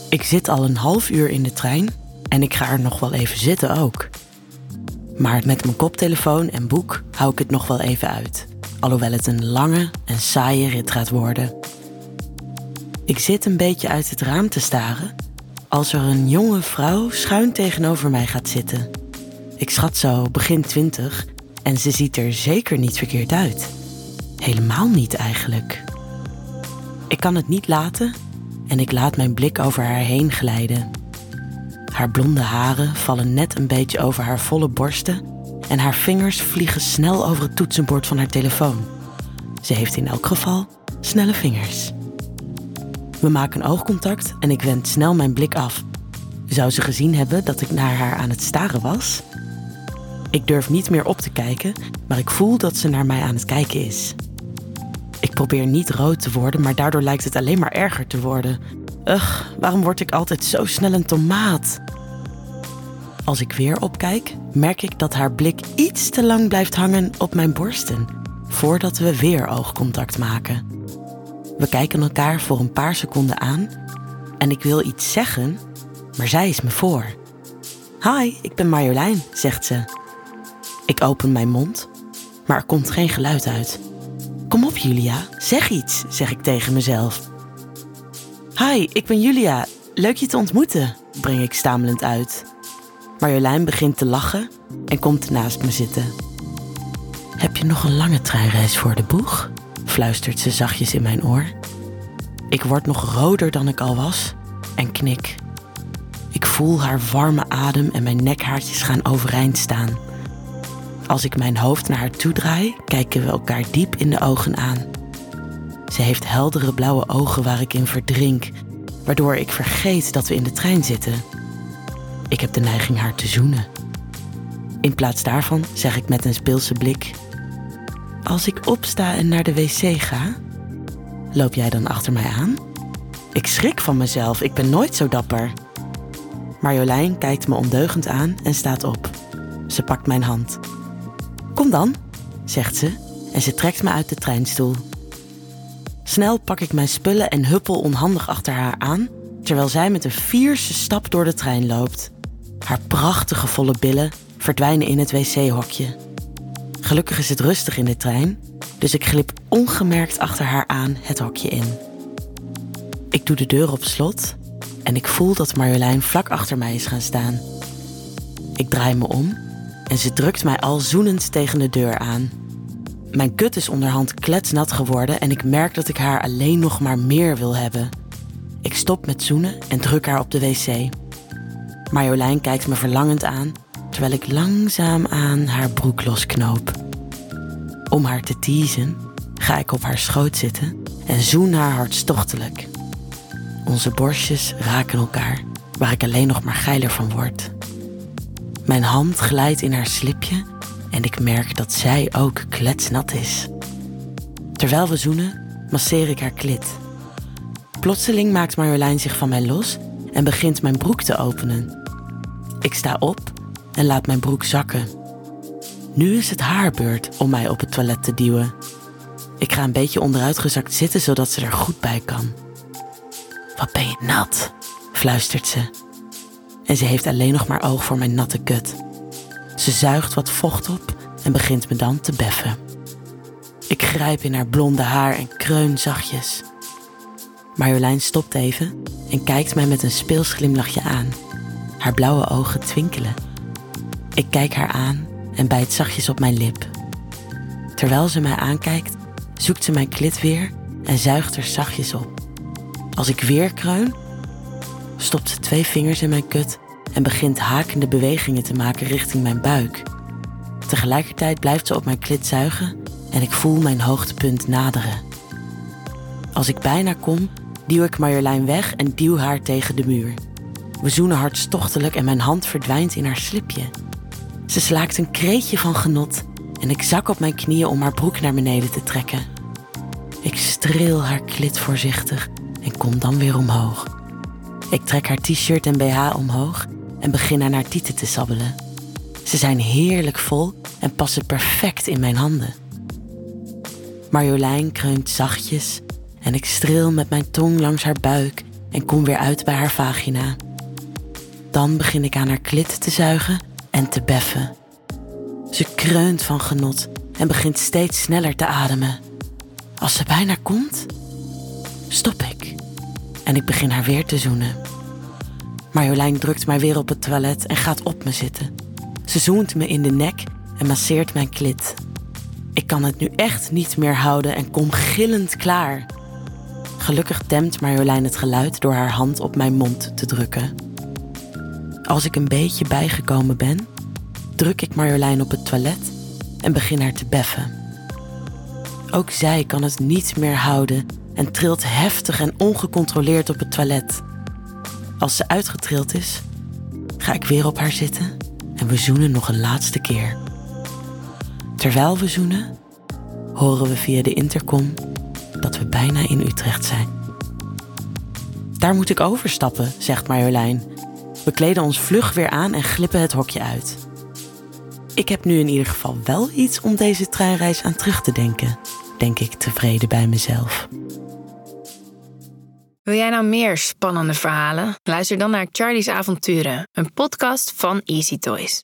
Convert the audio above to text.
Ik zit al een half uur in de trein en ik ga er nog wel even zitten ook. Maar met mijn koptelefoon en boek hou ik het nog wel even uit. Alhoewel het een lange en saaie rit gaat worden. Ik zit een beetje uit het raam te staren als er een jonge vrouw schuin tegenover mij gaat zitten. Ik schat zo begin 20 en ze ziet er zeker niet verkeerd uit. Helemaal niet eigenlijk. Ik kan het niet laten en ik laat mijn blik over haar heen glijden. Haar blonde haren vallen net een beetje over haar volle borsten en haar vingers vliegen snel over het toetsenbord van haar telefoon. Ze heeft in elk geval snelle vingers. We maken oogcontact en ik wend snel mijn blik af. Zou ze gezien hebben dat ik naar haar aan het staren was? Ik durf niet meer op te kijken, maar ik voel dat ze naar mij aan het kijken is. Ik probeer niet rood te worden, maar daardoor lijkt het alleen maar erger te worden. Waarom word ik altijd zo snel een tomaat? Als ik weer opkijk, merk ik dat haar blik iets te lang blijft hangen op mijn borsten, voordat we weer oogcontact maken. We kijken elkaar voor een paar seconden aan en ik wil iets zeggen, maar zij is me voor. Hi, ik ben Marjolein, zegt ze. Ik open mijn mond, maar er komt geen geluid uit. Kom op Julia, zeg iets, zeg ik tegen mezelf. Hi, ik ben Julia, leuk je te ontmoeten, breng ik stamelend uit. Marjolein begint te lachen en komt naast me zitten. Heb je nog een lange treinreis voor de boeg? Fluistert ze zachtjes in mijn oor. Ik word nog roder dan ik al was en knik. Ik voel haar warme adem en mijn nekhaartjes gaan overeind staan. Als ik mijn hoofd naar haar toe draai, kijken we elkaar diep in de ogen aan. Ze heeft heldere blauwe ogen waar ik in verdrink, waardoor ik vergeet dat we in de trein zitten. Ik heb de neiging haar te zoenen. In plaats daarvan zeg ik met een speelse blik: als ik opsta en naar de wc ga, loop jij dan achter mij aan? Ik schrik van mezelf, ik ben nooit zo dapper. Marjolein kijkt me ondeugend aan en staat op. Ze pakt mijn hand. Kom dan, zegt ze en ze trekt me uit de treinstoel. Snel pak ik mijn spullen en huppel onhandig achter haar aan, terwijl zij met een fierse stap door de trein loopt. Haar prachtige volle billen verdwijnen in het wc-hokje. Gelukkig is het rustig in de trein, dus ik glip ongemerkt achter haar aan het hokje in. Ik doe de deur op slot en ik voel dat Marjolein vlak achter mij is gaan staan. Ik draai me om en ze drukt mij al zoenend tegen de deur aan. Mijn kut is onderhand kletsnat geworden en ik merk dat ik haar alleen nog maar meer wil hebben. Ik stop met zoenen en druk haar op de wc. Marjolein kijkt me verlangend aan, terwijl ik langzaamaan haar broek losknoop. Om haar te teasen, ga ik op haar schoot zitten en zoen haar hartstochtelijk. Onze borstjes raken elkaar, waar ik alleen nog maar geiler van word. Mijn hand glijdt in haar slipje en ik merk dat zij ook kletsnat is. Terwijl we zoenen, masseer ik haar klit. Plotseling maakt Marjolein zich van mij los en begint mijn broek te openen. Ik sta op en laat mijn broek zakken. Nu is het haar beurt om mij op het toilet te duwen. Ik ga een beetje onderuitgezakt zitten zodat ze er goed bij kan. Wat ben je nat, fluistert ze. En ze heeft alleen nog maar oog voor mijn natte kut. Ze zuigt wat vocht op en begint me dan te beffen. Ik grijp in haar blonde haar en kreun zachtjes. Marjolein stopt even en kijkt mij met een speels glimlachje aan. Haar blauwe ogen twinkelen. Ik kijk haar aan en bijt zachtjes op mijn lip. Terwijl ze mij aankijkt, zoekt ze mijn klit weer en zuigt er zachtjes op. Als ik weer kreun, stopt ze 2 vingers in mijn kut en begint hakende bewegingen te maken richting mijn buik. Tegelijkertijd blijft ze op mijn klit zuigen en ik voel mijn hoogtepunt naderen. Als ik bijna kom, duw ik Marjolein weg en duw haar tegen de muur. We zoenen hartstochtelijk en mijn hand verdwijnt in haar slipje. Ze slaakt een kreetje van genot en ik zak op mijn knieën om haar broek naar beneden te trekken. Ik streel haar klit voorzichtig en kom dan weer omhoog. Ik trek haar t-shirt en BH omhoog en begin aan haar tieten te sabbelen. Ze zijn heerlijk vol en passen perfect in mijn handen. Marjolein kreunt zachtjes en ik streel met mijn tong langs haar buik en kom weer uit bij haar vagina. Dan begin ik aan haar klit te zuigen en te beffen. Ze kreunt van genot en begint steeds sneller te ademen. Als ze bijna komt, stop ik en ik begin haar weer te zoenen. Marjolein drukt mij weer op het toilet en gaat op me zitten. Ze zoent me in de nek en masseert mijn klit. Ik kan het nu echt niet meer houden en kom gillend klaar. Gelukkig dempt Marjolein het geluid door haar hand op mijn mond te drukken. Als ik een beetje bijgekomen ben, druk ik Marjolein op het toilet en begin haar te beffen. Ook zij kan het niet meer houden en trilt heftig en ongecontroleerd op het toilet. Als ze uitgetrild is, ga ik weer op haar zitten en we zoenen nog een laatste keer. Terwijl we zoenen, horen we via de intercom dat we bijna in Utrecht zijn. Daar moet ik overstappen, zegt Marjolein. We kleden ons vlug weer aan en glippen het hokje uit. Ik heb nu in ieder geval wel iets om deze treinreis aan terug te denken, denk ik tevreden bij mezelf. Wil jij nou meer spannende verhalen? Luister dan naar Charlie's Avonturen, een podcast van Easy Toys.